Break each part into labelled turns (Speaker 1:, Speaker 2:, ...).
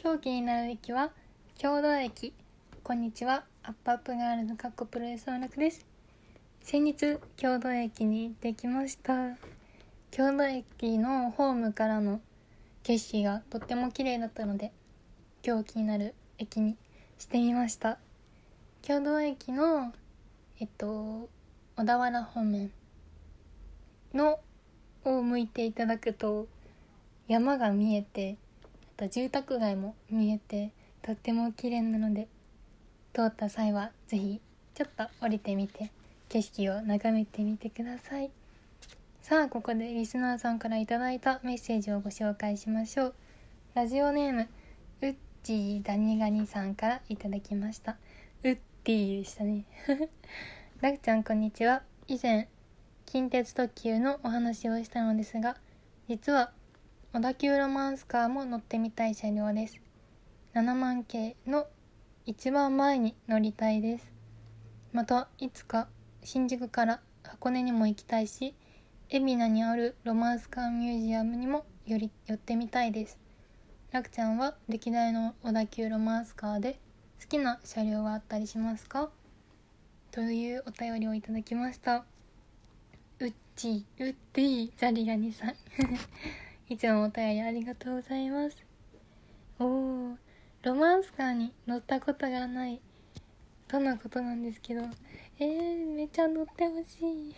Speaker 1: 今日気になる駅は郷土駅。こんにちは、アップアップガールズプロレス音楽です。先日郷土駅に行ってきました。郷土駅のホームからの景色がとっても綺麗だったので、今日気になる駅にしてみました。郷土駅の小田原方面のを向いていただくと山が見えて、あと住宅街も見えてとっても綺麗なので、通った際はぜひちょっと降りてみて景色を眺めてみてください。さあ、ここでリスナーさんからいただいたメッセージをご紹介しましょう。ラジオネームウッチーダニガニさんからいただきました。ウッディでしたねラクちゃん、こんにちは。以前近鉄特急のお話をしたのですが、実は小田急ロマンスカーも乗ってみたい車両です。7万系の一番前に乗りたいです。またいつか新宿から箱根にも行きたいし、海老名にあるロマンスカーミュージアムにも寄ってみたいです。ラクちゃんは歴代の小田急ロマンスカーで好きな車両はあったりしますか？というお便りをいただきました。ウッディザリガニさんいつもお便りありがとうございます。ロマンスカーに乗ったことがないとのことなんですけど、めっちゃ乗ってほし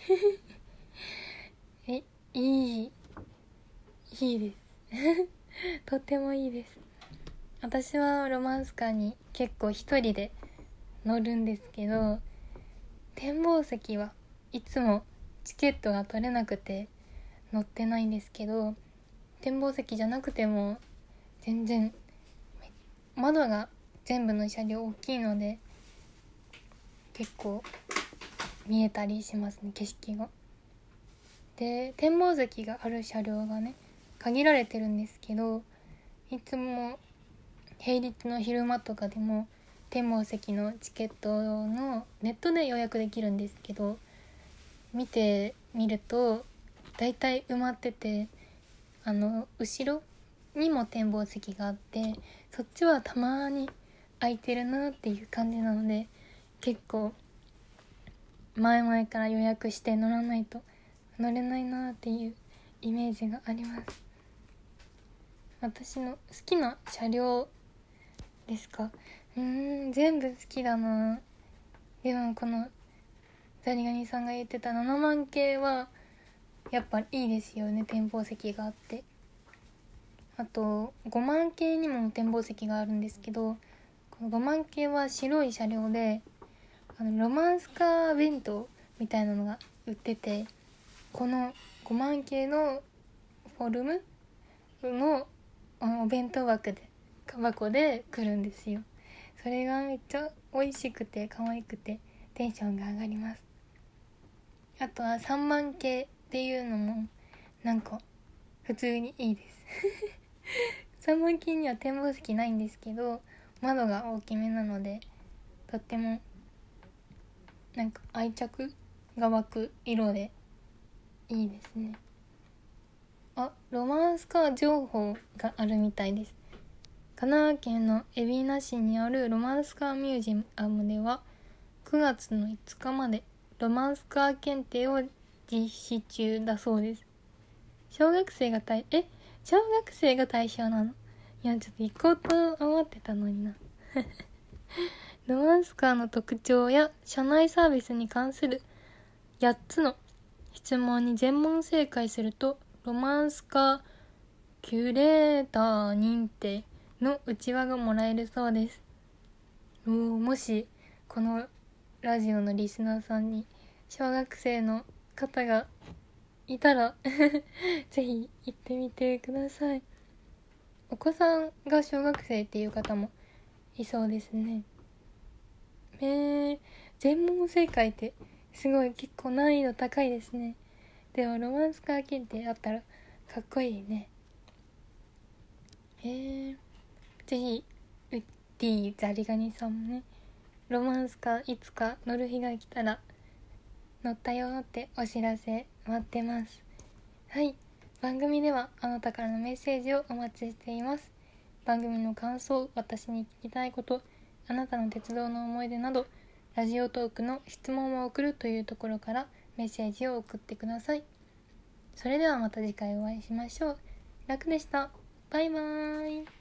Speaker 1: いいいですとってもいいです。私はロマンスカーに結構一人で乗るんですけど、展望席はいつもチケットが取れなくて乗ってないんですけど、展望席じゃなくても全然窓が全部の車両大きいので結構見えたりしますね、景色が。で、展望席がある車両がね限られてるんですけど、いつも平日の昼間とかでも展望席のチケットのネットで予約できるんですけど、見てみるとだいたい埋まってて、後ろにも展望席があって、そっちはたまに空いてるなっていう感じなので、結構前々から予約して乗らないと乗れないなっていうイメージがあります。私の好きな車両ですか？全部好きだな。でもこのザリガニさんが言ってた7万系はやっぱいいですよね、展望席があって。あと5万系にも展望席があるんですけど、この5万系は白い車両で、ロマンスカー弁当みたいなのが売ってて、この5万系のフォルムのお弁当箱で来るんですよ。それがめっちゃ美味しくて可愛くてテンションが上がります。あとは3万系っていうのもなんか普通にいいです3万系には展望席ないんですけど、窓が大きめなのでとってもなんか愛着が湧く色でいいですね。ロマンスカー情報があるみたいです。神奈川県の海老名市にあるロマンスカーミュージアムでは9月の5日までロマンスカー検定を実施中だそうです。小学生が対象なの？いや、ちょっと行こうと思ってたのになロマンスカーの特徴や車内サービスに関する8つの質問に全問正解するとロマンスカーキュレーター認定のうちわがもらえるそうです。もしこのラジオのリスナーさんに小学生の方がいたらぜひ行ってみてください。お子さんが小学生っていう方もいそうですね。全問正解ってすごい結構難易度高いですね。でもロマンスカー検定あったらかっこいいね。ぜひウッディザリガニさんもね、ロマンスカーいつか乗る日が来たら乗ったよってお知らせ待ってます。はい、番組ではあなたからのメッセージをお待ちしています。 番組の感想、私に聞きたいこと、あなたの鉄道の思い出など、ラジオトークの質問を送るというところからメッセージを送ってください。それではまた次回お会いしましょう。楽でした。バイバーイ。